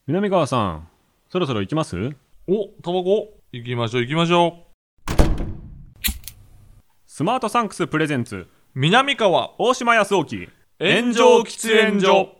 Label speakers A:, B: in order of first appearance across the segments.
A: 南川さん、そろそろ行きます？
B: お、タバコ行きましょう行きましょ
A: スマートサンクスプレゼンツ
B: う。南川
A: 大島康沖
B: 炎上喫煙所。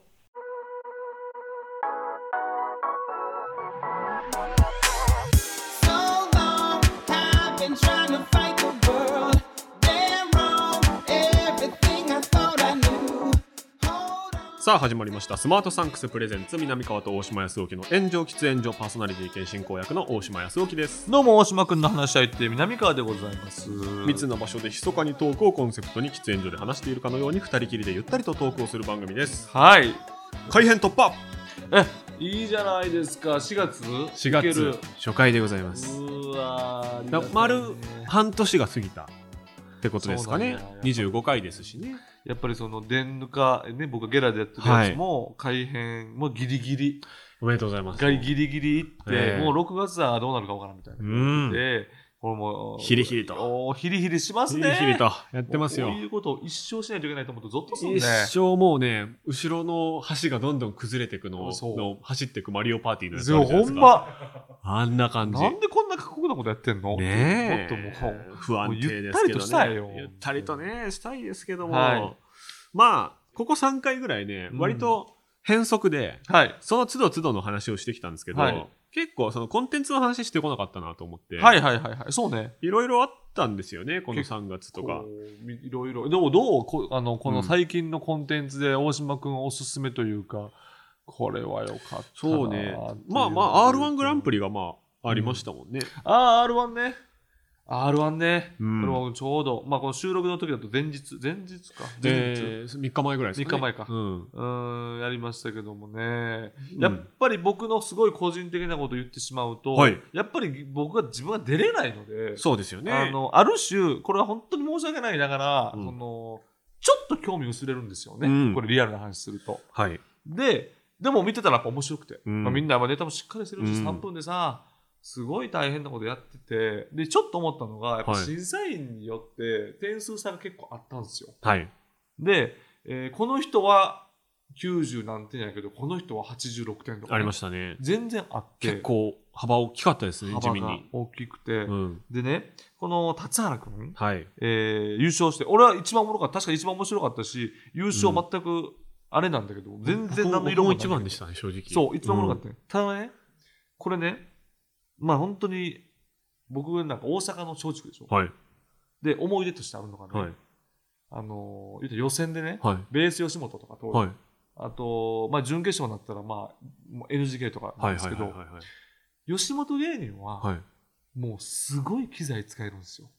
A: さあ始まりましたスマートサンクスプレゼンツ南川と大島康沖の炎上喫煙所、パーソナリティ兼進行役の大島康沖です。
B: どうも大島くんの話し相手南川でございます。
A: 密な場所で密かにトークをコンセプトに喫煙所で話しているかのように二人きりでゆったりとトークをする番組です。
B: はい
A: 改編突破。
B: いいじゃないですか。4月
A: 4月初回でございます。
B: うわー
A: 丸半年が過ぎたってことですかね。25回ですしね。
B: やっぱりその電ぬかね、僕がゲラでやってるやつも改編もギリギリ
A: おめでとうございます。
B: ギリギリいって、もう6月はどうなるかわからんみたいなで、これも
A: ヒリヒリと
B: ヒリヒリしますね。
A: ヒリヒリとやってますよ。
B: こういうことを一生しないといけないと思うとゾッとするね。
A: 一生もうね、後ろの橋がどんどん崩れていくのを走っていくマリオパーティーのやつあるじゃないですか。
B: ほんま
A: あんな感じ。
B: なんでこんな過酷なことやってんの
A: ねえ。
B: もっともう
A: 不安定ですけどね。ゆったりとねしたいですけども、まあここ3回ぐらいね、割と変則で、その都度都度の話をしてきたんですけど、結構そのコンテンツの話してこなかったなと思って、そうね、いろいろあったんですよね、この3月とか。
B: いろいろ。でもどうこの最近のコンテンツで大島くんおすすめというか、これは良かったな。
A: そうね。まあ R1 グランプリがありましたもんね。
B: R1 ね。R1 ね、
A: これ
B: はちょうど、この収録の時だと前日か。
A: 3日前ぐらいですかね。
B: 3日前か。やりましたけどもね。やっぱり僕のすごい個人的なことを言ってしまうと、やっぱり僕は自分が出れないので、
A: そうですよね。
B: ある種、これは本当に申し訳ないながら、ちょっと興味薄れるんですよね。これリアルな話すると。でも見てたらやっぱ面白くて、みんなネタもしっかりしてるし、3分でさ、すごい大変なことやってて、でちょっと思ったのがやっぱ審査員によって点数差が結構あったんですよ。で、この人は90何点やけどこの人は86点とか、
A: ありましたね。
B: 全然あって
A: 結構幅大きかったですね。地味に
B: 幅が大きくて、でね、この達原君、優勝して、俺は一番おもろかった。確かに一番面白かったし、優勝全くあれなんだけど、全然何の色もない。
A: 僕も一番でしたね、正直。
B: そう、一番おもろかったね。ただね、これね、本当に僕なんか大阪の松竹でしょ。で思い出としてあるのがね、予選でね、ベース吉本とかと、あと準決勝になったらNGK とかなんですけど、吉本芸人はもうすごい機材使えるんですよ。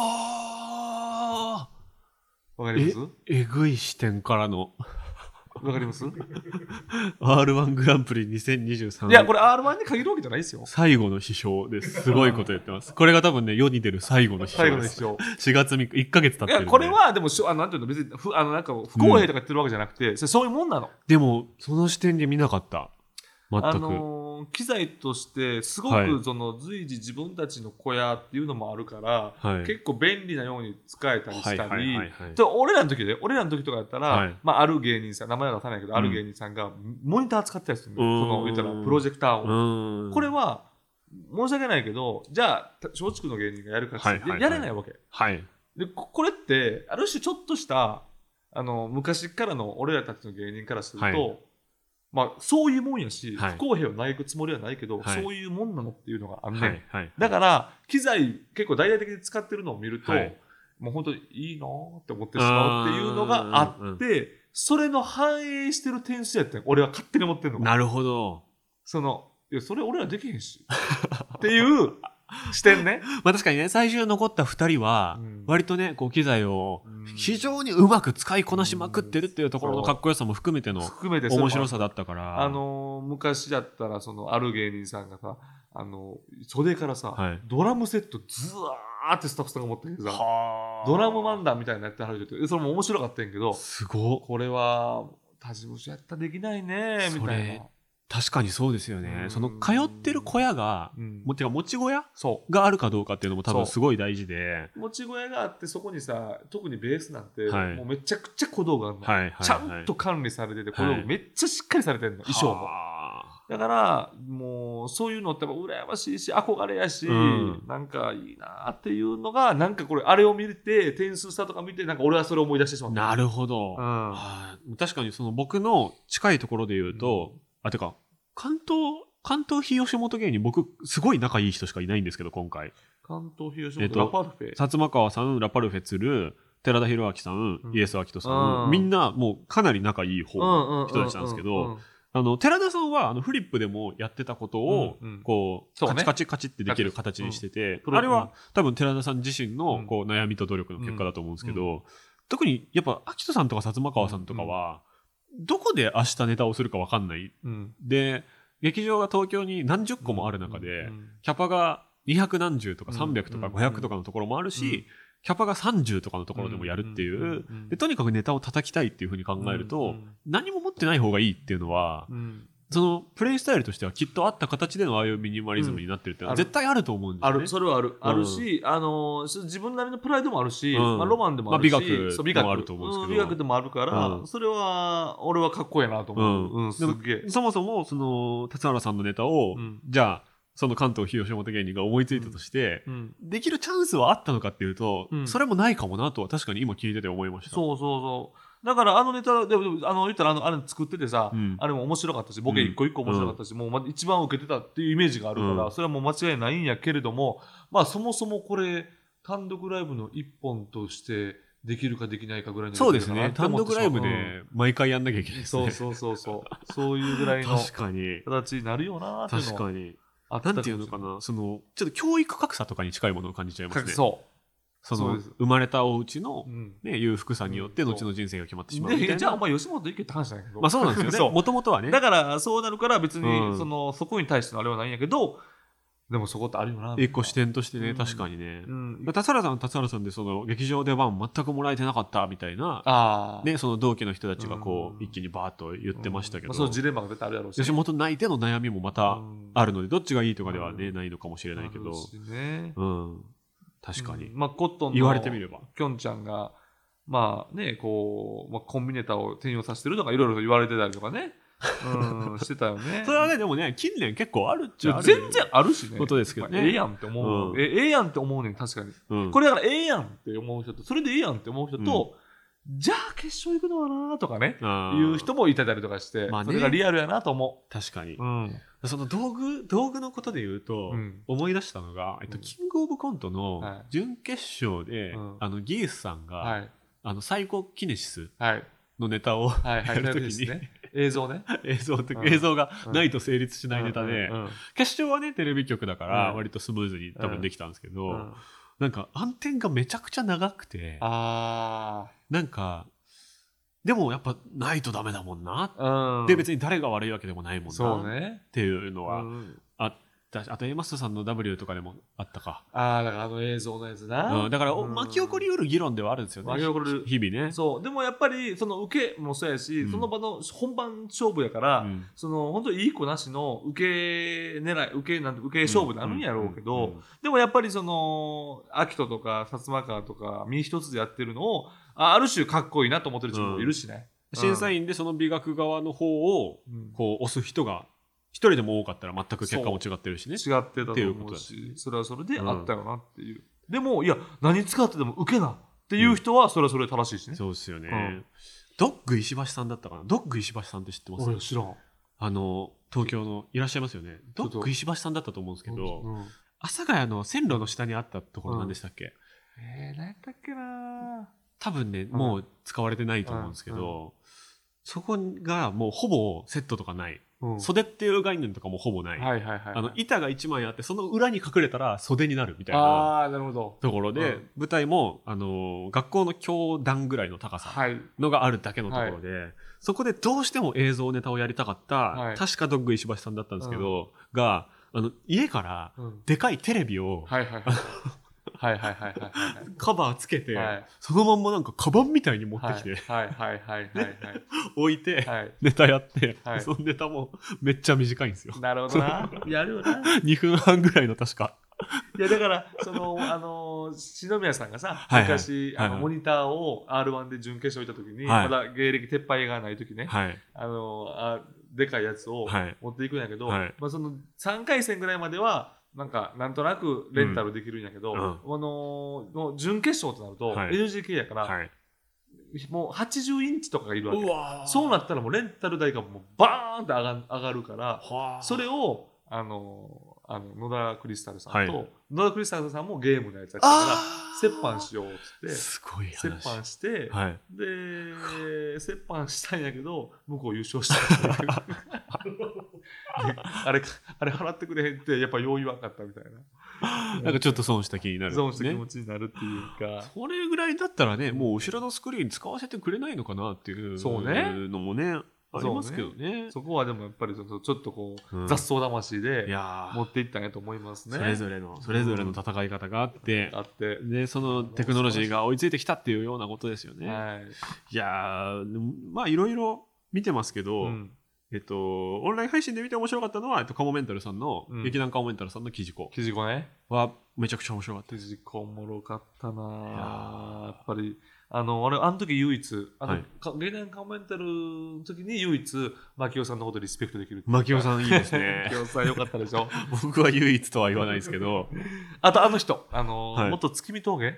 B: わかります？
A: えぐい視点からの。
B: わかります？
A: R1 グランプリ2023。
B: いや、これ R1 に限るわけじゃないですよ。
A: 最後の批評です。すごいこと言ってます。これが多分ね、世に出る最後の批評です。4月3日、1ヶ月経ってるんで。
B: いや、これはでもなんていうの、別になんか不公平とか言ってるわけじゃなくて、そういうもんなの。
A: でもその視点で見なかった。全く。
B: 機材としてすごく随時自分たちの小屋っていうのもあるから、結構便利なように使えたりしたり、俺らの時とかやったら、ある芸人さん、名前は出さないけど、ある芸人さんがモニター使ったりするの。言ったらプロジェクターを。これは申し訳ないけど、じゃあ松竹の芸人がやるかってやれないわけ。でこれってある種ちょっとした昔からの俺らたちの芸人からすると、そういうもんやし、不公平をないつもりはないけど、そういうもんなのっていうのがあんねん。だから機材結構大々的に使ってるのを見ると、もう本当にいいなって思ってしまうっていうのがあって、それの反映してる点数やって俺は勝手に思ってるの。
A: なるほど。
B: いやそれ俺らできへんしっていう視点ね。
A: 確かにね、最終残った2人は割とね、こう機材を非常にうまく使いこなしまくってるっていうところのかっこよさも含めての面白さだったから。
B: 昔だったらある芸人さんがさ、袖からさ、ドラムセットズワーってスタッフさんが持ってきてさ、ドラム漫談みたいなのやってはるって、それも面白かったんやけど、
A: すご
B: これは他事務所やったらできないねみたいな。
A: 確かにそうですよね。その通ってる小屋が、持ち小屋があるかどうかっていうのも多分すごい大事で、
B: 持ち小屋があって、そこにさ、特にベースなんて、もうめちゃくちゃ小道具あるの、ちゃんと管理されてて、小道具めっちゃしっかりされてるの、衣装も。 だからもうそういうのって羨ましいし憧れやし、なんかいいなっていうのがなんかこれあれを見て点数差とか見てなんか俺はそれを思い出してしまった。
A: なるほど、確かにその僕の近いところで言うと、てか関東非吉本芸人僕すごい仲いい人しかいないんですけど今回
B: 関東非吉本、ラパルフェ、
A: 薩摩川さん、ラパルフェ鶴、寺田裕明さん、イエス・アキトさん、みんなもうかなり仲いい方の人たちなんですけど、寺田さんはフリップでもやってたことをこうカチカチカチってできる形にしてて、あれは多分寺田さん自身のこう悩みと努力の結果だと思うんですけど、特にやっぱアキトさんとか薩摩川さんとかはどこで明日ネタをするか分かんない、で劇場が東京に何十個もある中で、キャパが200何十とか300とか500とかのところもあるし、キャパが30とかのところでもやるっていう、でとにかくネタを叩きたいっていう風に考えると、何も持ってない方がいいっていうのは、そのプレイスタイルとしてはきっとあった形でのああいうミニマリズムになってるっていうのは絶対あると思うんですよね。
B: ある、それはある、あるし、自分なりのプライドもあるし、ロマンでもあるし、
A: 美学もあると思うんですけど、
B: 美学でもあるから、それは俺はかっこいいなと思う。すげえ。
A: そもそもその達原さんのネタを、じゃあその関東非吉本芸人が思いついたとして、できるチャンスはあったのかっていうと、それもないかもなとは確かに今聞いてて思いました。
B: そうだからネタで言ったらあれ作っててさ、あれも面白かったしボケ一個一個面白かったし、もう一番受けてたっていうイメージがあるから、それはもう間違いないんやけれども、まあそもそもこれ単独ライブの一本としてできるかできないかぐらいの、
A: そうですね、単独ライブで毎回やんなきゃいけないですね。
B: そういうぐらいの形になるよなっていうのは。
A: 確かになんていうのかな、そのちょっと教育格差とかに近いものを感じちゃいますね。その生まれたお家の、裕福さによって後の人生が決まってしまうみたいな。
B: じゃあお前吉本行けって話なんやけど、
A: まあそうなんですよね。もともとはね。
B: だからそうなるから別にそこに対してのあれはないんやけど、でもそこってあるよな。
A: 一個視点としてね、確かにね。達原さんでその劇場出番全くもらえてなかったみたいな、ね、その同期の人たちがこう一気にバーッと言ってましたけど、
B: そのジレンマが絶対あるやろうし、
A: 吉本内での悩みもまたあるので、どっちがいいとかではねないのかもしれないけど、確かに。
B: まあコットンの
A: 言われてみれば、
B: きょんちゃんがまあねこうコンビネタを転用させてるとかいろいろ言われてたりとかね。してたよね。
A: それはね、でもね、近年結構あるっちゃある
B: 全然あるしね。
A: ことですけどね。
B: ええやんって思う。ええやんって思うねん、確かに。これだからええやんって思う人と、それでええやんって思う人と、じゃあ決勝行くのはなとかね、いう人もいたりとかして、それがリアルやなと思う。
A: 確かに。その道具のことで言うと、思い出したのが、キングオブコントの準決勝で、ギースさんが、サイコキネシスのネタをやるときに、
B: 映像ね。
A: 映像がないと成立しないネタで、決勝はね、テレビ局だから割とスムーズに多分できたんですけど、なんか暗転がめちゃくちゃ長くて、なんか、でもやっぱないとダメだもんな。で、別に誰が悪いわけでもないもんな。っていうのはあった。あと A マストさんの W とかでもあったか。
B: だから映像のやつな。
A: だから巻き起こりうる議論ではあるんですよね。巻き起こる日々ね。
B: そう。でもやっぱりその受けもそうやし、その場の本番勝負やから、その本当にいい子なしの受け狙い、受け勝負になるんやろうけど、でもやっぱりそのアキトとか薩摩川とか身一つでやってるのをある種かっこいいなと思ってる人もいるしね。
A: 審査員でその美学側の方をこう押す人が一人でも多かったら全く結果も違ってるしね。
B: 違ってたと思うし、それはそれであったよなっていう。でもいや何使ってでも受けなっていう人はそれはそれ正しいしね。
A: そうですよね。ドッグ石橋さんだったかな。ドッグ石橋さんって知ってます？
B: 俺知らん。
A: 東京のいらっしゃいますよね。ドッグ石橋さんだったと思うんですけど、阿佐ヶ谷の線路の下にあったところなんでしたっけ？
B: 何やったっけな。
A: 多分ねもう使われてないと思うんですけど、そこがもうほぼセットとかない。袖っていう概念とかもほぼない。板が1枚あってその裏に隠れたら袖になるみたいなところで、舞台も学校の教壇ぐらいの高さのがあるだけのところで、そこでどうしても映像ネタをやりたかった、確かドッグ石橋さんだったんですけど、が家からでかいテレビをカバーつけて、そのまんまなんかカバンみたいに持ってきて置いてネタやって、そのネタもめっちゃ短いんですよ。
B: なるほどな。やるよな。
A: 2分半ぐらいの確か。
B: いやだからその篠宮さんがさ、昔モニターを R1 で準決勝行った時に、まだ芸歴撤廃がない時ね、 でかいやつを持っていくんやけど、まあ、その3回戦ぐらいまではなんとなくレンタルできるんやけど、準決勝となると LGK やから、もう80インチとかがいるわけ。そうなったらもうレンタル代がもうバーンって上がるから、それを野田クリスタルさんと、野田クリスタルさんもゲームのやつやったから折半しようっつって
A: すごい
B: 折半して、で折半したんやけど向こう優勝したあれ払ってくれへんってやっぱよう言わんかったみたいな。
A: なんかちょっと損した気になる、
B: 損した気持ちになるっていうか、
A: それぐらいだったらね、もう後ろのスクリーン使わせてくれないのかなっていうのもねありますけどね。
B: そこはでもやっぱりちょっとこう、雑草魂で持っていったんやと思いますね。
A: それぞれの戦い方があって、でそのテクノロジーが追いついてきたっていうようなことですよね。いやまあいろいろ見てますけど、オンライン配信で見て面白かったのはカモメンタルさんの、劇団カモメンタルさんのキジコ
B: ね
A: はめちゃくちゃ面白かった。
B: キジコおもろかったな。やっぱりあの時唯一劇団カモメンタルの時に唯一牧雄さんのことリスペクトできる。
A: 牧雄さんいいですね。
B: 牧雄さんよかったでしょ。
A: 僕は唯一とは言わないですけど、
B: あと人元月見峠、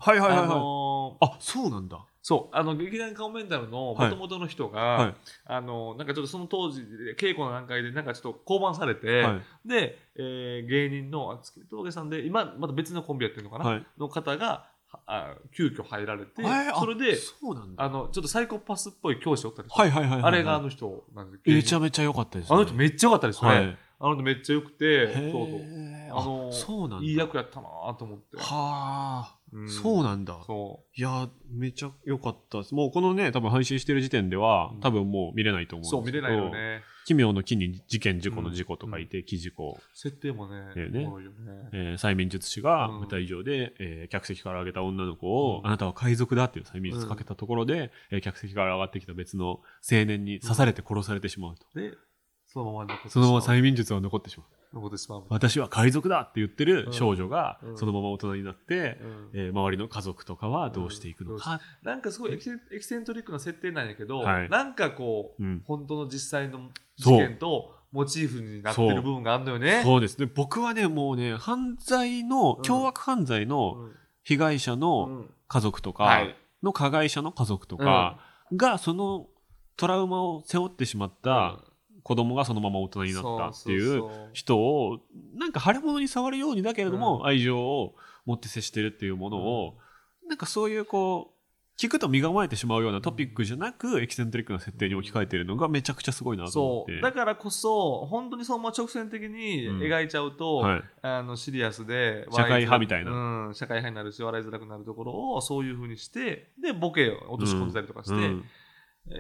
A: そうなんだ。
B: そう劇団カモメンタルの元々の人が、なんかちょっとその当時稽古の段階でなんかちょっと降板されて、で、芸人の月見峠さんで今また別のコンビやってるのかな、の方が急遽入られて、それでちょっとサイコパスっぽい教師おったりして、あれが人なんで、
A: めちゃめちゃ良かったです。
B: 人めっちゃ良かったですね。人めっちゃ良くて、
A: そうなんだ。
B: いい役やったなと思って。
A: そうなんだ。いやめちゃ良かったです。もうこのね多分配信してる時点では多分もう見れないと思うんですけど、
B: 見れないよね。
A: 奇妙の奇に事件事故の事故と書いて奇事故。
B: 設定もねおもろいよね。
A: 催眠術師が舞台上で客席から上げた女の子をあなたは海賊だっていう催眠術かけたところで客席から上がってきた別の青年に刺されて殺されてしまうと。
B: でそのまま
A: 催眠術は残ってしまう。私は海賊だって言ってる少女がそのまま大人になって、周りの家族とかはどうしていくのか。
B: なんかすごいエキセントリックな設定なんやけど、なんかこう、本当の実際の事件とモチーフになってる部分があるのよね。
A: そうですね。僕はねもうね凶悪犯罪の被害者の家族とかの加害者の家族とかがそのトラウマを背負ってしまった子供がそのまま大人になったっていう人をなんか腫れ物に触るようにだけれども愛情を持って接してるっていうものをなんかそういうこう聞くと身構えてしまうようなトピックじゃなくエキセントリックな設定に置き換えてるのがめちゃくちゃすごいなと思って。
B: だからこそ本当にその直線的に描いちゃうと、シリアスで
A: 社会派みたいな、
B: 社会派になるし笑いづらくなるところをそういう風にしてでボケを落とし込んでたりとかして、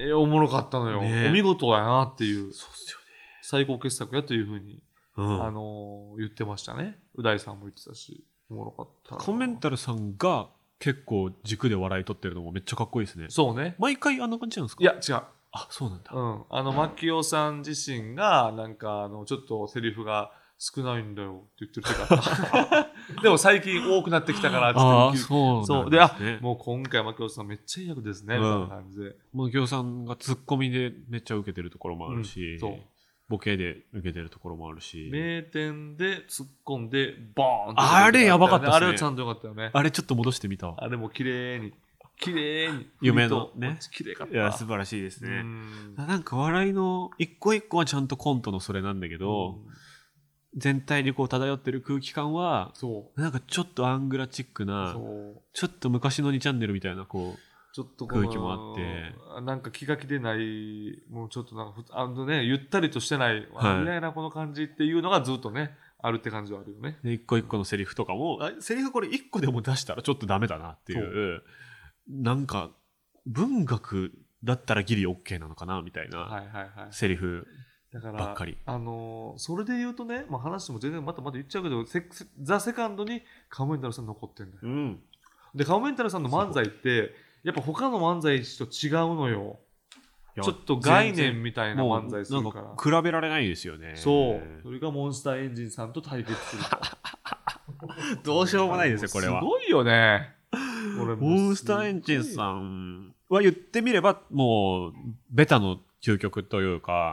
B: おもろかったのよ、お見事だなっていう、最高傑作やというふうに、言ってましたね。う大さんも言ってたし、おもろかった。
A: コメンタルさんが結構軸で笑い取ってるのもめっちゃかっこいいですね。
B: そうね。
A: 毎回あんな感じなんですか？
B: いや違う。
A: そうなんだ。
B: 牧雄さん自身がなんかちょっとセリフが少ないんだよって言ってる時あったでも最近多くなってきたからって
A: そう
B: でもう今回牧雄さんめっちゃいい役ですねみたいな感じで、
A: 牧雄さんがツッコミでめっちゃ受けてるところもあるし、ボケで受けてるところもあるし、
B: 名店で突っ込んでボーンって、
A: あれやばかったですね。
B: あれはちゃんとよかったよね。
A: あれちょっと戻してみたわ。
B: あれも綺麗に
A: 夢のね、
B: 綺麗かった。
A: いや素晴らしいですね。なんか笑いの一個一個はちゃんとコントのそれなんだけど、全体にこう漂ってる空気感はなんかちょっとアングラチックな、ちょっと昔の2チャンネルみたいなこう
B: ちょっと
A: 空気もあって、
B: なんか気が気でないもうちょっとなんかゆったりとしてないみたいなこの感じっていうのがずっとねあるって感じはあるよね。
A: で一個一個のセリフとかもセリフこれ一個でも出したらちょっとダメだなっていうなんか文学だったらギリ OK なのかなみたいなセリフばっかり。
B: それで言うとね、話も全然また言っちゃうけどザ・セカンドにカモメンタルさん残ってんだよ、でカモメンタルさんの漫才ってやっぱ他の漫才師と違うのよ。ちょっと概念みたいな漫才するから
A: 比べられないですよね。
B: それがモンスターエンジンさんと対決する
A: とどうしようもないですよこれは。
B: すごいよね。
A: モンスターエンジンさんは言ってみればもうベタの究極というか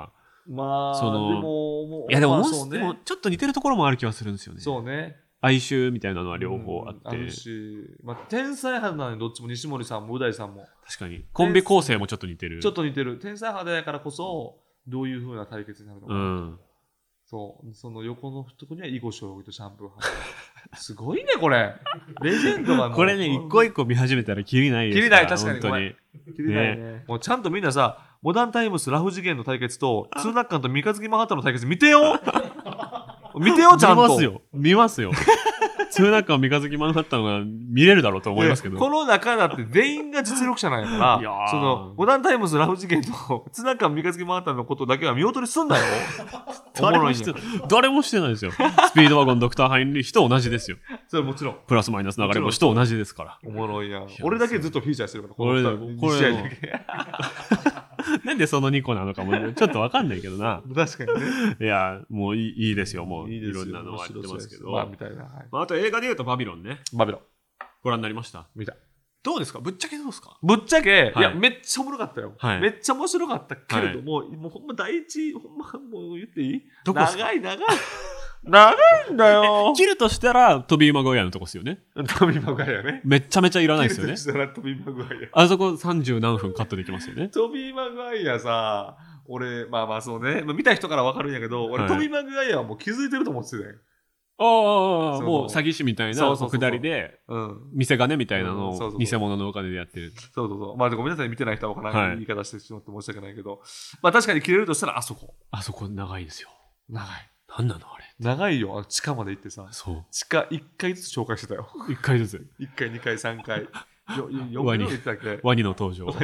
B: まあ
A: その
B: でも
A: いやでも、
B: そうね、
A: でもちょっと似てるところもある気はするんですよね。
B: そうね、
A: 哀愁みたいなのは両方あって、
B: あるし、まあ、天才派なのにどっちも西森さんもう大さんも
A: 確かにコンビ構成もちょっと似てる。
B: ちょっと似てる。天才派だからこそどういう風な対決になるのか、そうその横のとこには囲碁将棋とシャンプー派すごいねこれレジェンドが
A: これね一個一個見始めたらキリないです
B: キリない確かに
A: 本当に
B: キリないね。もうちゃんとみんなさモダンタイムスラフ次元の対決とツーナッカンと三日月マンハッタンの対決見てよ見てよちゃんと
A: 見ますよツーナッカン三日月マンハッタンが見れるだろうと思いますけど、
B: この中だって全員が実力者なんやから
A: いや
B: そのモダンタイムスラフ次元とツーナッカン三日月マンハッタンのことだけは見劣りすんなよ
A: 誰もしてないですよ。スピードワゴンドクターハインリッヒと同じですよ。
B: それもちろん
A: プラスマイナス流れ星と同じですから。
B: おもろいやん。俺だけずっとフィーチャーしてるから
A: これ
B: 2試合だけ
A: なんでその2個なのかもちょっと分かんないけどな。
B: 確かにね。
A: いやもういいですよ。もう
B: いい
A: ろんなのはやってますけど、
B: まあみたいな、はい、
A: まあ、あと映画でいうとバビロンね。
B: バビロン
A: ご覧になりました？
B: 見た。
A: どうですか？ぶっちゃけどうですか？
B: ぶっちゃけ、
A: はい、
B: いやめっちゃおもろかったよ、
A: はい、
B: めっちゃ面白かったけれども、はい、もうほんま第一ほんまもう言っていい？長いんだよ。
A: 切るとしたらトビー・マグワイアのとこですよね。
B: トビー・マグワイアね。
A: めちゃめちゃいらないですよね。
B: 切るとしたらトビー・マグワイ
A: ア。あそこ30何分カットできますよね。
B: トビー・マグワイアさ、俺まあそうね、見た人から分かるんやけど、俺、はい、トビー・マグワイアはもう気づいてると思ってたね。も
A: う詐欺師みたいな下りで店金みたいなのを偽物のお金でやってる。
B: そうまあごめんなさい見てない人は分からない言い方してしまって申し訳ないけど、まあ確かに切れるとしたらあそこ
A: 長いですよ。
B: 長い。
A: 何なのあれ。
B: 長いよ。地下まで行ってさ、地下1回ずつ紹介してたよ。
A: 1回ずつ
B: 1回2回3回
A: ワニの登場。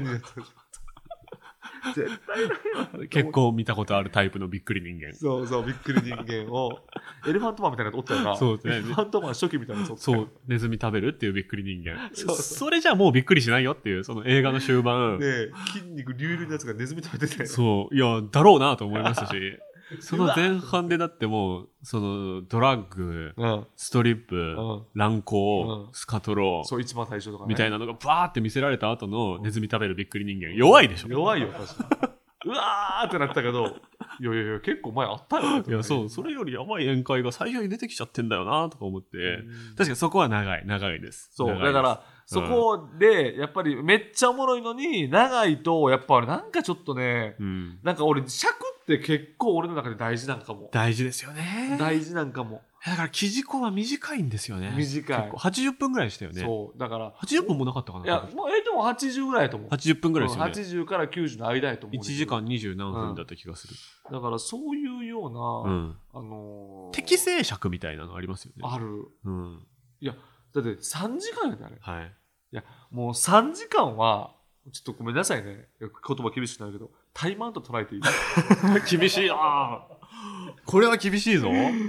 A: 絶対結構見たことあるタイプのびっくり人間。
B: そうびっくり人間をエレファントマンみたいなのおったよな。
A: そうですね。
B: エレファントマン初期みたいな。
A: そうネズミ食べるっていうびっくり人間。それじゃもうびっくりしないよっていうその映画の終盤
B: で筋肉隆々のやつがネズミ食べてて、
A: そういやだろうなと思いましたしその前半でだってもうそのドラッグ、ストリップ、乱行、スカトロ
B: そう一番最初とか、ね、
A: みたいなのがバーって見せられた後のネズミ食べるびっくり人間弱いでしょ。
B: 弱いよ確かにうわーってなったけどいや結構前あったよ。
A: いやそうそれよりやばい宴会が最初に出てきちゃってんだよなとか思って確かにそこは長いです。
B: そうだからそこでやっぱりめっちゃおもろいのに長いとやっぱなんかちょっとね、なんか俺尺って結構俺の中で大事なんかも。
A: 大事ですよね。
B: 大事なんかも。
A: だからキジコは短いんですよね。
B: 短い。
A: 結構80分ぐらいでしたよね。
B: そうだから
A: 80分もなかったかな。
B: いやもうでも80ぐらいだと思う。
A: 80分ぐらいですよね。
B: 80から90の間やと思う。
A: 1時間20何分だった気がする。
B: だからそういうような、
A: 適正尺みたいなのありますよね。
B: ある。いやだって3時間やであれ。
A: はい。
B: いやもう3時間はちょっとごめんなさいね言葉厳しくなるけどタイマンと捉えていい
A: 厳しいなこれは厳しいぞ。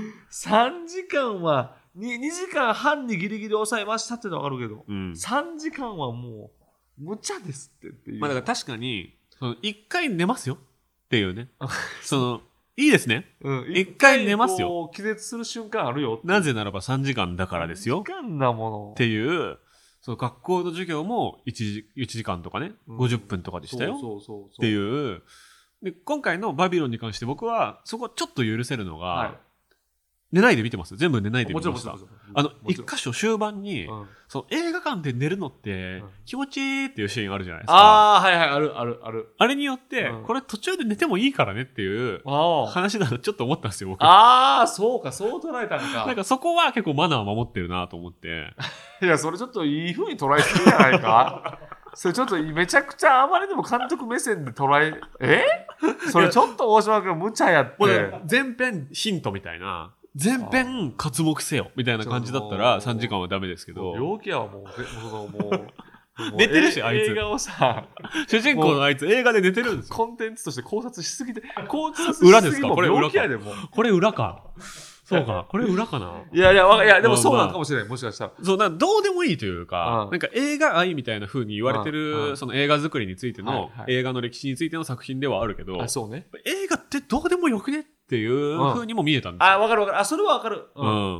B: 3時間は 2時間半にギリギリ抑えましたってのは分かるけど、3時間はもう無茶ですっていう。
A: まあだから確かにその1回寝ますよっていうねそのいいですね、1回寝ますよ。
B: 気絶する瞬間あるよ。
A: なぜならば3時間だからですよ。
B: 3時間なもの
A: っていうその学校の授業も1時間とかね、50分とかでしたよっていうで今回のバビロンに関して僕はそこちょっと許せるのが、寝ないで見てます。全部寝ないで見てました。一箇所終盤に、その映画館で寝るのって気持ちいいっていうシーンあるじゃないですか。
B: はいある。
A: あれによって、これ途中で寝てもいいからねっていう話だとちょっと思ったんですよ僕。
B: そうかそう捉えたんか。
A: なんかそこは結構マナーを守ってるなと思って。
B: いやそれちょっといい風に捉えすぎじゃないかそれちょっとめちゃくちゃあまりにも監督目線で捉えそれちょっと大島君無茶やって。
A: 全編ヒントみたいな。全編刮目せよみたいな感じだったら3時間はダメですけど。
B: 病気やわもう
A: 寝てるしあいつ。
B: 映画をさ
A: 主人公のあいつ映画で寝てるんですよ。
B: コンテンツとして考察しすぎて
A: 裏ですかこれ裏か。
B: 病気やでも
A: これ裏か。そうかこれ裏かな。
B: いやでもそうなのかもしれない。もしかしたら
A: そうなんどうでもいいというか、なんか映画愛みたいな風に言われてるその映画作りについての映画の歴史についての作品ではあるけど、
B: そうね。
A: 映画ってどうでもよくねっていう風にも見えたんですよ。
B: わかる。それはわかる。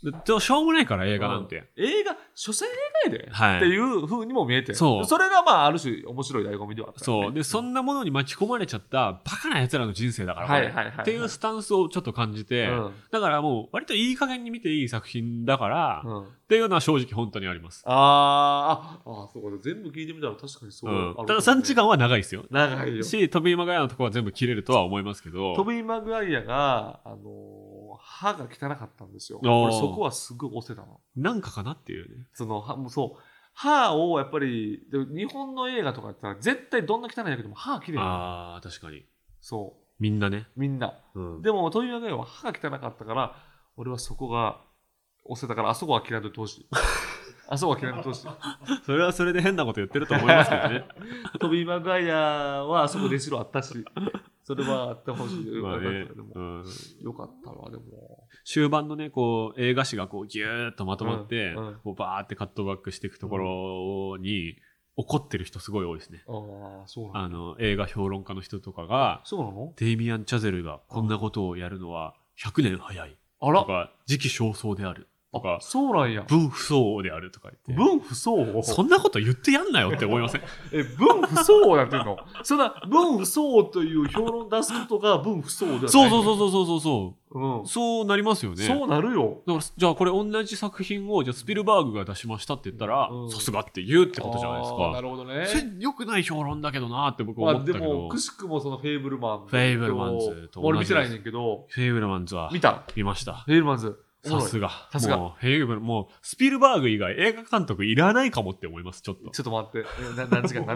A: しょうもないから映画なんて、
B: 映画所詮映画やで、っていう風にも見えて、それがある種面白い醍醐味ではあった、ね、
A: そうでそんなものに巻き込まれちゃったバカな奴らの人生だから、っていうスタンスをちょっと感じて、だからもう割といい加減に見ていい作品だから、っていうのは正直本当にあります。
B: そうか、全部聞いてみたら確かにそう、
A: ただ3時間は長いですよ。
B: 長いよ
A: し、トビー・マグワイアのところは全部切れるとは思いますけど、
B: トビー・マグワイアが歯が汚かったんですよ。俺そこはすごい押せたの。
A: なんかかなっていうね。
B: 歯をやっぱり日本の映画とかやったら絶対どんな汚いやけども歯きれい。
A: 確かに。
B: そう。
A: みんなね。
B: みんな。でもトビー・マグワイアは歯が汚かったから俺はそこが押せたからあそこは嫌いでほしい。あそこは嫌いでほしい。
A: それはそれで変なこと言ってると思いますけどね。
B: トビー・マグワイアはあそこでしろあったし。それはあってほしい。よかったわ。でも
A: 終盤のねこう映画史がこうギューッとまとまって、こうバーってカットバックしていくところに怒ってる人すごい多いですね。映画評論家の人とかがデイミアン・チャゼルがこんなことをやるのは100年早いとか時期尚早であるとか、
B: そうなんや、
A: 分不相応であるとか言って、
B: 分不相応、
A: そんなこと言ってやんなよって思いません？
B: 分不相応やってんの？そんな分不相応という評論出すことが分不相応ではない。
A: そうなりますよね。
B: そうなるよ。
A: だからじゃあこれ同じ作品をじゃあスピルバーグが出しましたって言ったら、さすがって言うってことじゃないですか。
B: なるほどね。
A: 良くない評論だけどなって僕は思ったけど、
B: でもくしくもそのフェイブルマン
A: ズと
B: 俺見てないねんけど、
A: フェイブルマンズは見ました。
B: フェイブルマンズ
A: さすが。もうスピルバーグ以外映画監督いらないかもって思います。ちょっと
B: 待って。何時間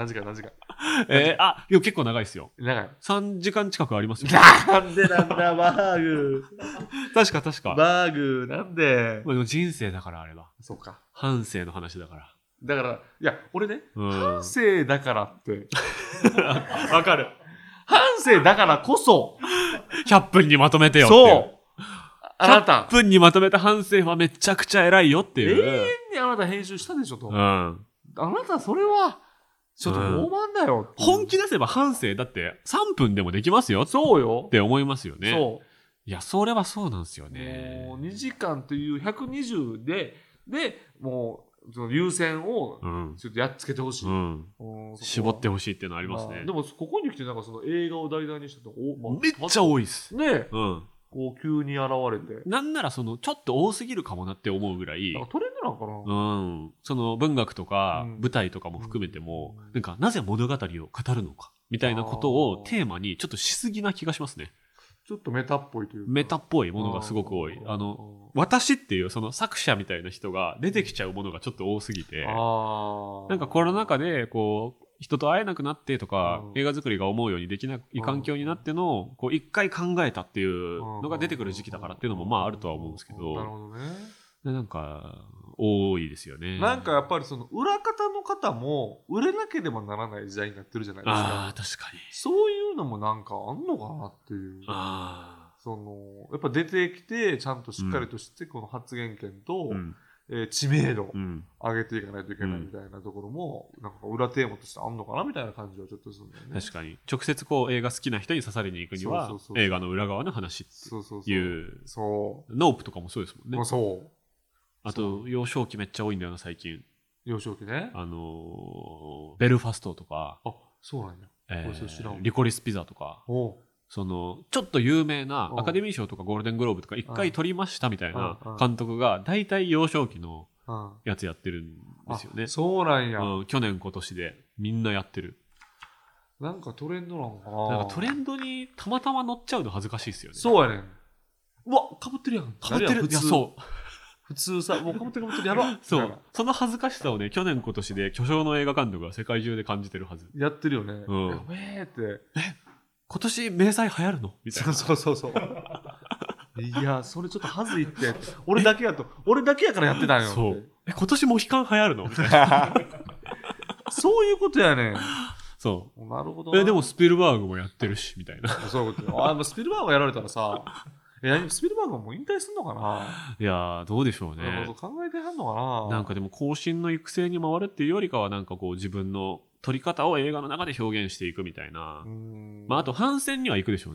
A: いや結構長いですよ。
B: 長い。
A: 3時間近くありますよ。
B: なんでなんだバーグ。
A: 確か。
B: バーグなんで。
A: 人生だからあれば。
B: そうか。
A: 半生の話だから。
B: だからいや俺ね、半生だからって
A: わかる。
B: 半生だからこそ
A: 100分にまとめてよっていう。
B: そう。あなた
A: 100分にまとめた反省はめちゃくちゃ偉いよっていう。
B: 永遠にあなた編集したでしょと。あなたそれはちょっと傲慢だよ、
A: 本気出せば反省だって3分でもできますよ。
B: そうよ
A: って思いますよね。
B: そう。
A: いやそれはそうなんですよね。
B: もう2時間という120でもうその優先をちょっとやっつけてほしい、
A: 絞ってほしいっていうのはありますね。
B: でもここに来てなんかその映画を題材にしたと
A: めっちゃ多いです
B: ね。こう急に現れて、
A: なんならそのちょっと多すぎるかもなって思うぐらい
B: トレンドなんかな。
A: その文学とか舞台とかも含めても、なんかなぜ物語を語るのかみたいなことをテーマにちょっとしすぎな気がしますね。
B: ちょっとメタっぽいというか、
A: メタっぽいものがすごく多い。私っていうその作者みたいな人が出てきちゃうものがちょっと多すぎて、なんかコロナ禍でこう人と会えなくなってとか、映画作りが思うようにできない環境になってのこう一回考えたっていうのが出てくる時期だからっていうのもあるとは思うんですけど、
B: なるほどね。
A: なんか多いですよね。
B: なんかやっぱりその裏方の方も売れなければならない時代になってるじゃないですか。
A: 確かに
B: そういうのもなんかあんのかなっていう。そのやっぱ出てきてちゃんとしっかりとしてこの発言権と、知名度上げていかないといけないみたいなところもなんか裏テーマとしてあんのかなみたいな感じはちょっとするんだよね。
A: 確かに直接こう映画好きな人に刺されに行くには映画の裏側の話っていうノープとかもそうですもんね。あと幼少期めっちゃ多いんだよな最近。
B: 幼少期ね。
A: ベルファストとか、
B: そうなんや。
A: リコリスピザとか、そのちょっと有名なアカデミー賞とかゴールデングローブとか1回取りましたみたいな監督が大体幼少期のやつやってるんですよね。
B: そうなんや。
A: 去年今年でみんなやってる。
B: なんかトレンドなのかな。
A: なんかトレンドにたまたま乗っちゃうの恥ずかしいですよね。
B: そうやねん。うわかぶってるやん。
A: かぶってる。いやそう
B: 普通さもうかぶってるやろ。
A: その恥ずかしさをね去年今年で巨匠の映画監督が世界中で感じてるはず。
B: やってるよね。やべえって
A: 今年迷彩流行るのみたいな。
B: そういやそれちょっと恥ずいって俺だけやからやってたんよ。
A: そう今年モヒカン流行るのみたいな。
B: そういうことやねん。
A: そう
B: なるほど。
A: でもスピルバーグもやってるしみたいな。
B: そういうことスピルバーグやられたらさスピルバーグはもう引退すんのかな。
A: いやどうでしょうね。
B: 考えてはんのかな。
A: なんかでも後進の育成に回るっていうよりかはなんかこう自分の撮り方を映画の中で表現していくみたいな。あと反戦には行くでしょうね。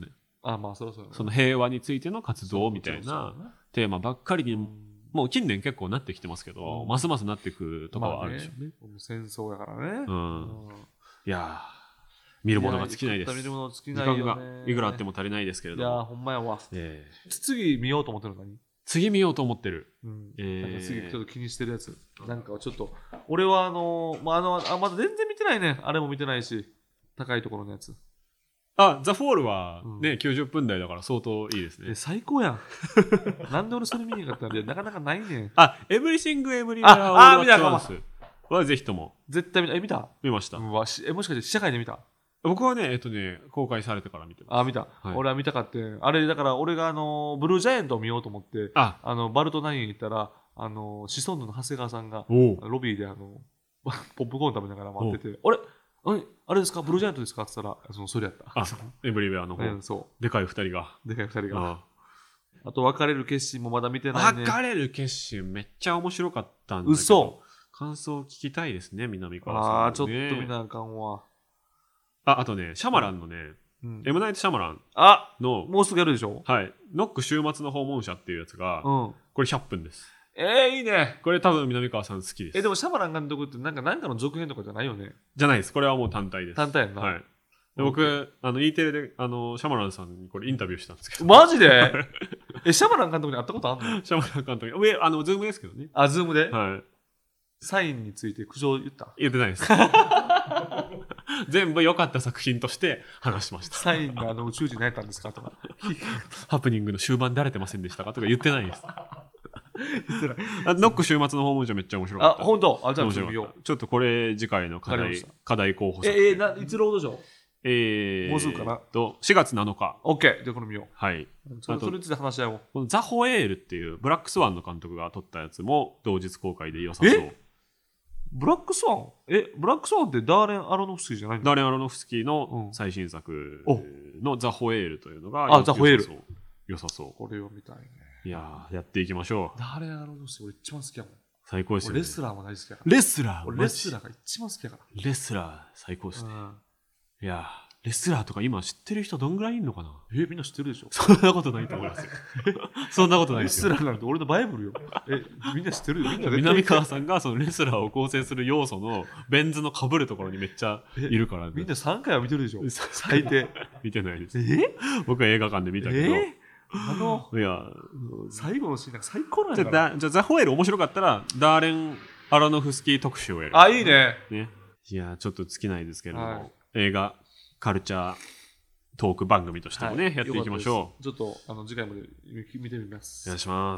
A: その平和についての活動みたいなテーマばっかりにもう近年結構なってきてますけど、ますますなっていくとかはあるでしょうね。
B: 戦争やからね。
A: いや見るものが尽きないです。時間がいくらあっても足りないですけれども。
B: いやほんまやわ。次見ようと思ってるの何？
A: 次見ようと思ってる。
B: 次ちょっと気にしてるやつ。なんかちょっと俺はまだ全然見てないね。あれも見てないし、高いところのやつ。
A: ザ・フォールはね、90分台だから相当いいですね。
B: 最高やん。なんで俺それ見に行かったらなかなかないねん。
A: エブリシング・エブリウェア・オール・アット・ワンスはぜひとも。
B: 絶対見た。見た？
A: 見ました。
B: もしかして試写会で見た？
A: 僕はね、公開されてから見てます。
B: 見た。俺は見たかって。あれ、だから俺がブルージャイアントを見ようと思って、バルトナイン行ったら、シソンヌの長谷川さんが、ロビーでポップコーン食べながら待ってて、あれですかブルージャイアントですかって言ったら、それやった。
A: エブリウェアの方。でかい二人が。
B: あと、別れる決心もまだ見てないね。
A: 別れる決心めっちゃ面白かったんだけど。嘘。感想聞きたいですね、南川さん。
B: ちょっと見なあかんわ。
A: あとね、シャマランのね、M ナイト・シャマランの、
B: もうすぐやるでしょ？
A: はい。ノック週末の訪問者っていうやつが、これ100分です。
B: いいね。
A: これ多分南川さん好きです。
B: でもシャマラン監督ってなんかの続編とかじゃないよね？
A: じゃないです。これはもう単体です。
B: 単体やんな。
A: はい。で僕、E テレで、シャマランさんにこれインタビューしたんですけど。
B: マジで？シャマラン監督に会ったことあんの？
A: シャマラン監督に。ズームですけどね。
B: ズームで？
A: はい。
B: サインについて苦情言った？
A: 言ってないです。全部良かった作品として話しました。
B: サインが宇宙人になれたんですかとか。
A: ハプニングの終盤で荒れてませんでしたかとか言ってないです。ノック週末の訪問者めっちゃ面白かった。
B: 本当？じゃあ見よ
A: う。ちょっとこれ次回の課題候補作。
B: いつロードショ
A: ー？
B: もうすぐかな。
A: 4月7日。
B: OK。じゃあこれ見よう。
A: はい。
B: それについて話し合おう。
A: ザ・ホエールっていうブラックスワンの監督が撮ったやつも同日公開で良さそう。
B: ブラックスワン？ブラックスワンってダーレン・アロノフスキーじゃないの？
A: ダーレン・アロノフスキーの最新作のザ・ホエールというのが
B: ザ・ホエール
A: 良さそう。
B: これを見たいね。
A: いややっていきましょう。
B: ダーレン・アロノフスキー俺一番好きやもん。
A: 最高ですよね。
B: レスラーも大好きやか
A: ら。レスラー
B: が一番好きやから。
A: レスラー最高ですね。いやレスラーとか今知ってる人どんぐらいいるのかな？
B: みんな知ってるでしょ？
A: そんなことないと思いますよ。そんなことないですよ。
B: レスラーなんて俺のバイブルよ。みんな知ってるよ。
A: 南川さんがそのレスラーを構成する要素のベン図の被るところにめっちゃいるから、
B: みんな3回は見てるでしょ？最低。
A: 見てないです。僕は映画館で見たけど。いや
B: 最後のシーンが最高なんだから。
A: じゃあザ・ホエール面白かったらダーレン・アロノフスキー特集をやる。
B: いいね。
A: いやちょっと尽きないですけれども、映画カルチャートーク番組としてもね、やっていきましょ
B: う。ちょっと次回まで見てみます。
A: お願いします。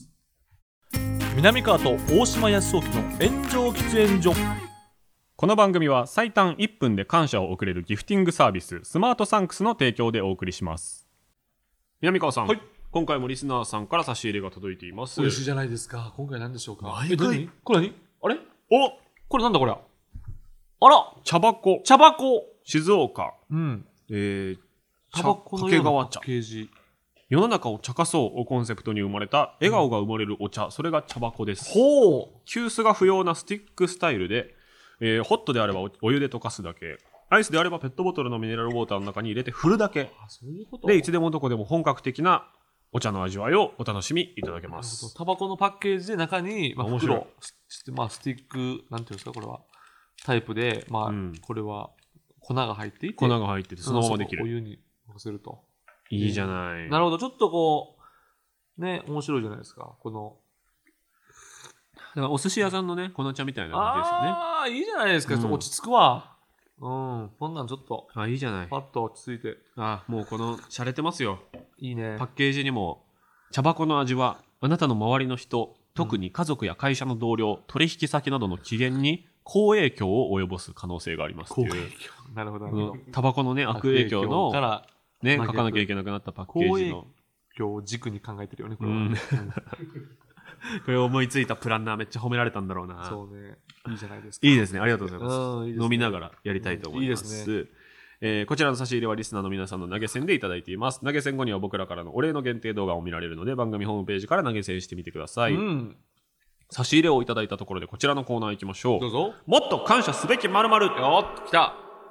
B: 南川と大島康雄の炎上喫煙所。
A: この番組は最短1分で感謝を送れるギフティングサービススマートサンクスの提供でお送りします。南川さん、今回もリスナーさんから差し入れが届いています。
B: 嬉しいじゃないですか。今回何でしょうか？
A: 何
B: これ何？あれ？これなんだこれ？
A: 茶箱静岡。
B: タバコのようなパッケージ。
A: 世の中を茶化そうをコンセプトに生まれた笑顔が生まれるお茶、それが茶箱です。急須が不要なスティックスタイルで、ホットであればお湯で溶かすだけ、アイスであればペットボトルのミネラルウォーターの中に入れて振るだけ。
B: そういうこと
A: でいつでもどこでも本格的なお茶の味わいをお楽しみいただけます。
B: タバコのパッケージで中に、袋、スティックなんていうんですかこれはタイプで、これは粉が入っていて、
A: そのままできる。
B: お湯にのせると。
A: いいじゃない。
B: なるほど、ちょっとこうね面白いじゃないですか。この
A: だからお寿司屋さんのね粉茶みたいな感じですよね。
B: いいじゃないですか。落ち着くわ。こんなんちょっと
A: いいじゃない。
B: パッと落ち着いて。
A: もうこの洒落てますよ。
B: いいね。
A: パッケージにも茶箱の味はあなたの周りの人、特に家族や会社の同僚、取引先などの機嫌に好影響を及ぼす可能性がありますっていう。
B: なるほど。
A: タバコのね悪影響の
B: から
A: ね書かなきゃいけなくなったパッケージの
B: 好影響を軸に考えてるよねこれは。
A: これ思いついたプランナーめっちゃ褒められたんだろうな。
B: そうね。いいじゃないですか。
A: いいですね。ありがとうございます。飲みながらやりたいと思います。
B: いいです
A: ね。こちらの差し入れはリスナーの皆さんの投げ銭でいただいています。投げ銭後には僕らからのお礼の限定動画を見られるので番組ホームページから投げ銭してみてください。差し入れをいただいたところでこちらのコーナー行きましょう。
B: どうぞ。
A: もっと感謝すべき〇〇。
B: 来た。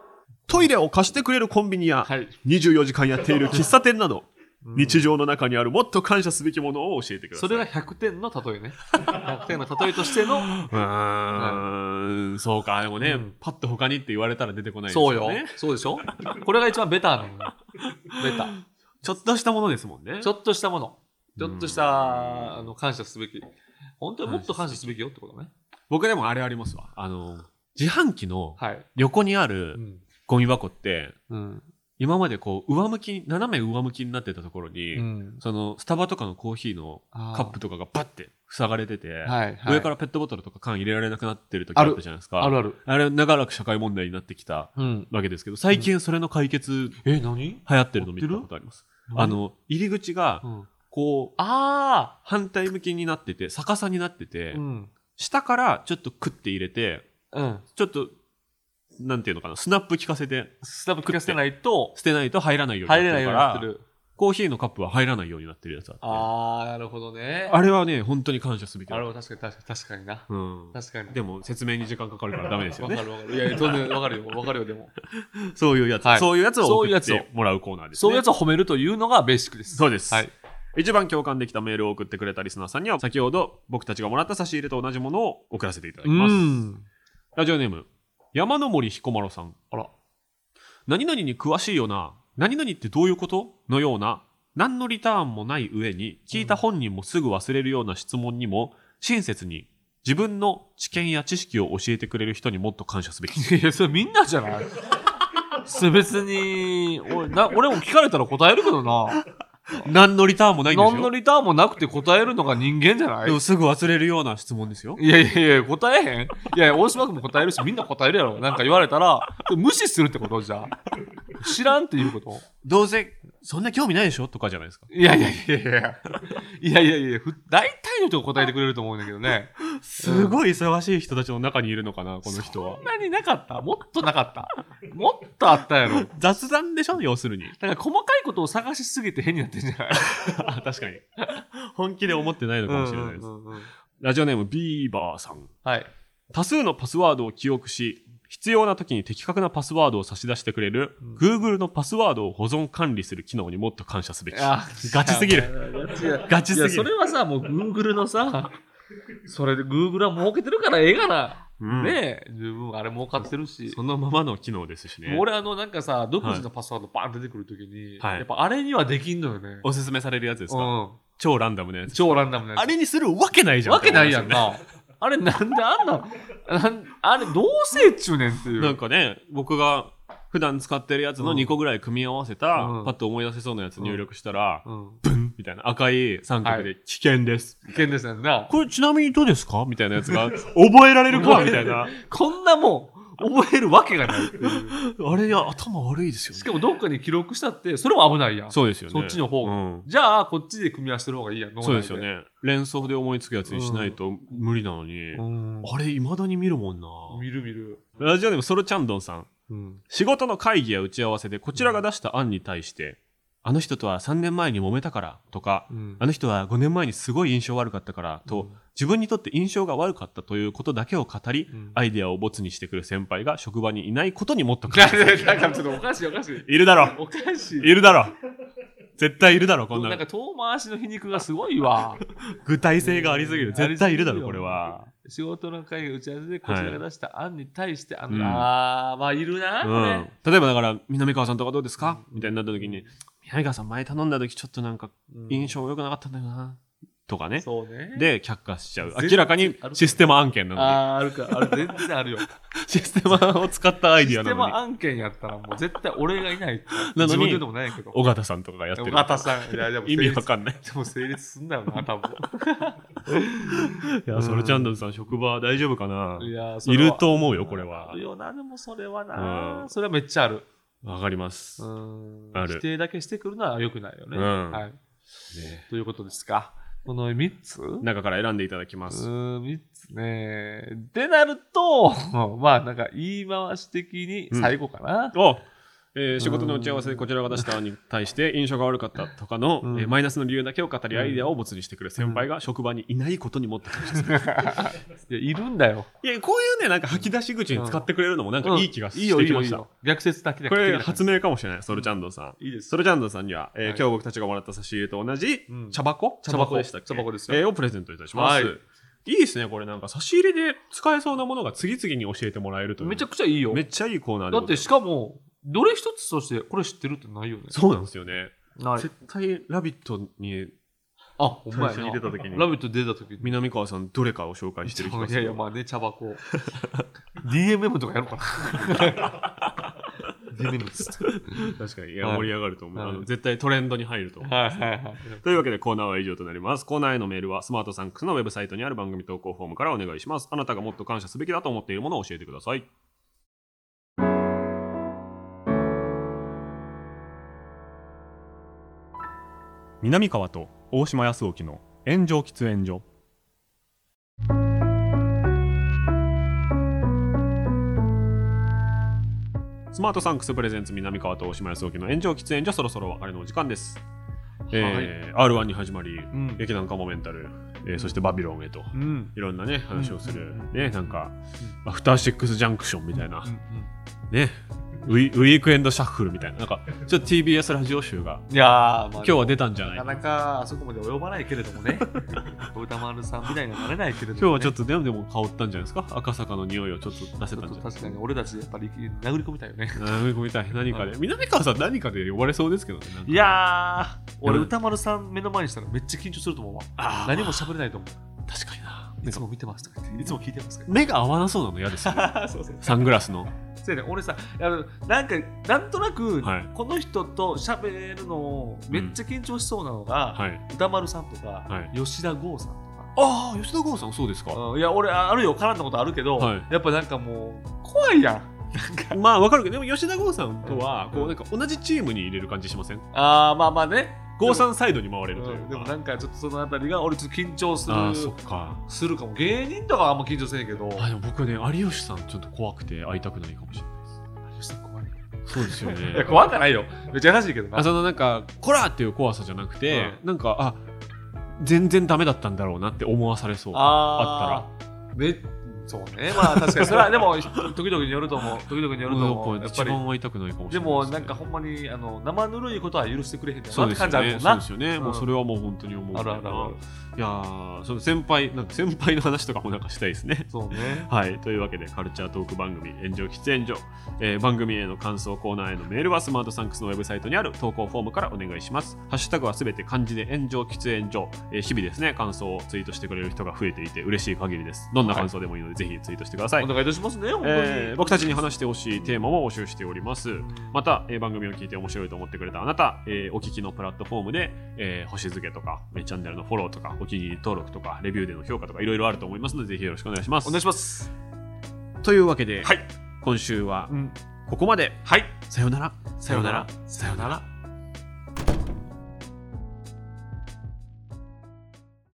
A: トイレを貸してくれるコンビニや、24時間やっている喫茶店など、日常の中にあるもっと感謝すべきものを教えてください。
B: それが100点の例えね。100点の例えとしての。
A: そうか。でもね、パッと他にって言われたら出てこないですよね。
B: そうよ。そうでしょ。これが一番ベターなの。ベタ。
A: ちょっとしたものですもんね。
B: ちょっとしたもの。ちょっとした感謝すべき。本当にもっと感謝すべきよってことね。
A: 僕でもあれありますわ。自販機の横にあるゴミ箱って、今までこう斜め上向きになってたところに、そのスタバとかのコーヒーのカップとかがバッて塞がれてて、上からペットボトルとか缶入れられなくなってる時あったじゃないですか。あれ長らく社会問題になってきたわけですけど、最近それの解決流行ってるの見たことあります。入り口がこう反対向きになってて逆さになってて、下からちょっとクッて入れて、ちょっとなんていうのかな、スナップ効かせないと捨てないと入らないようになってるから、コーヒーのカップは入らないようになってるやつあって。
B: なるほどね。
A: あれはね、本当に感謝すべきだ。
B: あれは確かにな。確かに。
A: でも説明に時間かかるからダメですよね。
B: わかる。いや、当然わかるよ、でも。
A: そういうやつを送ってもらうコーナーですね。
B: そういうやつを褒めるというのがベーシックです。
A: そうです。一番共感できたメールを送ってくれたリスナーさんには、先ほど僕たちがもらった差し入れと同じものを送らせていただきます。ラジオネーム山の森彦摩呂さん。何々に詳しいよな、何々ってどういうことのような、何のリターンもない上に聞いた本人もすぐ忘れるような質問にも親切に自分の知見や知識を教えてくれる人にもっと感謝すべき。
B: いや、それみんなじゃない。それ別に俺も聞かれたら答えるけどな。
A: 何のリターンもないんですよ。
B: 何のリターンもなくて答えるのが人間じゃない。
A: でもすぐ忘れるような質問ですよ。
B: いや答えへん。いや大島君も答えるし、みんな答えるやろ。なんか言われたら無視するってことじゃ。知らんっていうこと。
A: どうせそんな興味ないでしょとかじゃないですか。
B: いや大体の人が答えてくれると思うんだけどね。
A: すごい忙しい人たちの中にいるのかな、この人は。
B: そんなになかった？もっとなかった？もっとあったやろ。
A: 雑談でしょ、要するに。
B: だから細かいことを探しすぎて変になってんじゃない？
A: 確かに。本気で思ってないのかもしれないです。ラジオネームビーバーさん。多数のパスワードを記憶し、必要な時に的確なパスワードを差し出してくれる、Google のパスワードを保存管理する機能にもっと感謝すべき。ガチすぎる。ガチすぎる。
B: それはさ、もう Google のさ、それで Google は儲けてるからええがな。ねえ、十分あれ儲かってるし。
A: そのままの機能ですしね。
B: 俺なんかさ、独自のパスワードバーン出てくるときに、やっぱあれにはできんのよね。
A: おすすめされるやつですか？超ランダムなやつ。あれにするわけないじゃん。
B: わけないやんな。あれなんであんな、あれどうせっちゅうねんっていう。
A: なんかね、僕が普段使ってるやつの2個ぐらい組み合わせた、パッと思い出せそうなやつ入力したら、ブンみたいな赤い三角で危険です。
B: 危険ですね。
A: これちなみにどうですかみたいなやつが覚えられるかみたいな。
B: こんなもん覚えるわけがないっていう。
A: あれや頭悪いですよね。
B: しかもどっかに記録したってそれも危ないやん。
A: そうですよね。
B: そっちの方が、じゃあこっちで組み合わせてる方がいいやん。
A: そうですよね。連想で思いつくやつにしないと無理なのに、あれ未だに見るもんな。
B: 見る。
A: ラジオネームソロチャンドンさん。仕事の会議や打ち合わせでこちらが出した案に対して、あの人とは3年前に揉めたからとか、あの人は5年前にすごい印象悪かったからと、自分にとって印象が悪かったということだけを語り、アイデアをボツにしてくる先輩が職場にいないことにもっと感謝する。
B: だからちょっとおかしい。
A: いるだろ。
B: おかしい。
A: いるだろ。絶対いるだろ、こんなの。
B: なんか遠回しの皮肉がすごいわ。
A: 具体性がありすぎる。絶対いるだろ、これは。
B: 仕事の会議打ち合わせでこちらが出した案に対して、まあいるな、
A: 例えばだから南川さんとかどうですかみたいになった時に、南川さん前頼んだ時ちょっとなんか印象良くなかったんだよなとかね。
B: そうね。
A: で却下しちゃう。明らかにシステム案件なのに。
B: ある全然あるよ。
A: システムを使ったアイディアなのに。
B: システム案件やったらもう絶対俺がいない
A: なのに尾形さんとかがやってる。
B: 尾形さん、いやでも
A: 意味わかんない。
B: でも成立すんだよな多分。
A: いやそれチャンドルさん職場大丈夫かな。いると思うよこれは。
B: あるよな。でもそれはな、それはめっちゃある。
A: わかります。
B: ある。否定だけしてくるのは良くないよね。はい。ということですか。この3つ
A: 中から選んでいただきます。
B: 3つね。ってなると、まあなんか言い回し的に最後かな。
A: 仕事の打ち合わせでこちらが出したに対して印象が悪かったとかの、マイナスの理由だけを語りアイデアを没にしてくる先輩が職場にいないことにもって感じですね。
B: いやいるんだよ。
A: いやこういうねなんか吐き出し口に使ってくれるのもなんかいい気がしてきました。
B: 逆説だけで
A: これ発明かもしれない。ソルチャンドさん。いいです。ソルチャンドさんには、今日僕たちがもらった差し入れと同じ茶箱でしたっけ？茶箱ですよ。をプレゼントいたします。いいですねこれなんか差し入れで使えそうなものが次々に教えてもらえるという。
B: めちゃくちゃいいよ。
A: めっちゃいいコーナーで。
B: だってしかもどれ一つとしてこれ知ってるってないよね。
A: そうなんですよね。絶対ラビットに
B: ほんまやな。
A: 出た時に
B: ラビット出た時に
A: 南川さんどれかを紹介してる気がする。
B: いやいやまあね茶箱DMM とかやろうかな。DMM
A: 確かにいや盛り上がると思う。絶対トレンドに入ると思う。というわけでコーナーは以上となります。コーナーへのメールはスマートサンクスのウェブサイトにある番組投稿フォームからお願いします。あなたがもっと感謝すべきだと思っているものを教えてください。南川と大島康興の炎上喫煙所。スマートサンクスプレゼンツ南川と大島康興の炎上喫煙所、そろそろお別れのお時間です。R1 に始まり、劇団カモメンタル、そしてバビロンへと、いろんなね話をする、なんかアフターシックスジャンクションみたいな、ねウィークエンドシャッフルみたいな、なんかちょっと TBS ラジオ集が今日は出たんじゃないか。
B: なかなかあそこまで及ばないけれどもね。歌丸さんみたいにはなれないけれども、ね、
A: 今日はちょっとでも香ったんじゃないですか。赤坂の匂いをちょっと出せたんじゃないですか。
B: 確かに俺たちやっぱり殴り込みたいよね。
A: 殴り込みたい。何かで、南川さん何かで呼ばれそうですけどね。
B: いやー俺歌丸さん目の前にしたらめっちゃ緊張すると思うわ。何も喋れないと思う。
A: 確かにな。
B: いつも見てますとか言っていつも聞いてますか。
A: 目が合わなそうなの嫌ですよね。そうサングラスの。
B: そうやね、俺さなんとなく、この人と喋るのめっちゃ緊張しそうなのが、歌丸さんとか、吉田剛さんとか。
A: 吉田剛さんそうですか。
B: いや俺あるよ絡んだことあるけど、やっぱなんかもう怖いやん。
A: まあわかるけどでも吉田剛さんとはこうなんか同じチームに入れる感じしません？
B: まあね。
A: 剛さんサイドに回れるというか、
B: でもなんかちょっとそのあたりが俺ちょっと緊張するかも。芸人とかはあんま緊張せんけど。
A: でも僕ね有吉さんちょっと怖くて会いたくないかもしれない。
B: 有吉さん怖い。
A: そうですよね。
B: いや怖くないよ。めっちゃ優しいけどな。
A: そのなんかコラーっていう怖さじゃなくて、なんか全然ダメだったんだろうなって思わされそう。あったら。
B: そうね。まあ確かにそれはでも時々によると思う。
A: やっぱり一番会いたくないかもしれない。
B: でもなんかほんまに生ぬるいことは許してくれへんだなって感じあるもんな。
A: そうですよね。もうそれはもう本当に思う。ある。いやその先輩の話とかもなんかしたいですね。
B: そうね。
A: はい。というわけでカルチャートーク番組炎上喫煙所、番組への感想コーナーへのメールはスマートサンクスのウェブサイトにある投稿フォームからお願いします。ハッシュタグはすべて漢字で炎上喫煙所。日々ですね感想をツイートしてくれる人が増えていて嬉しい限りです。どんな感想でもいいのでぜひツイートしてください。
B: お願いいたしますね。本当に
A: 僕たちに話してほしいテーマも募集しております。また、番組を聞いて面白いと思ってくれたあなた、お聞きのプラットフォームで、星付けとかチャンネルのフォローとかお気に入り登録とかレビューでの評価とかいろいろあると思いますのでぜひよろしくお願いします。
B: お願いします。
A: というわけで、今週はここまで。
B: はい。
A: さようなら。
B: さようなら。さようなら。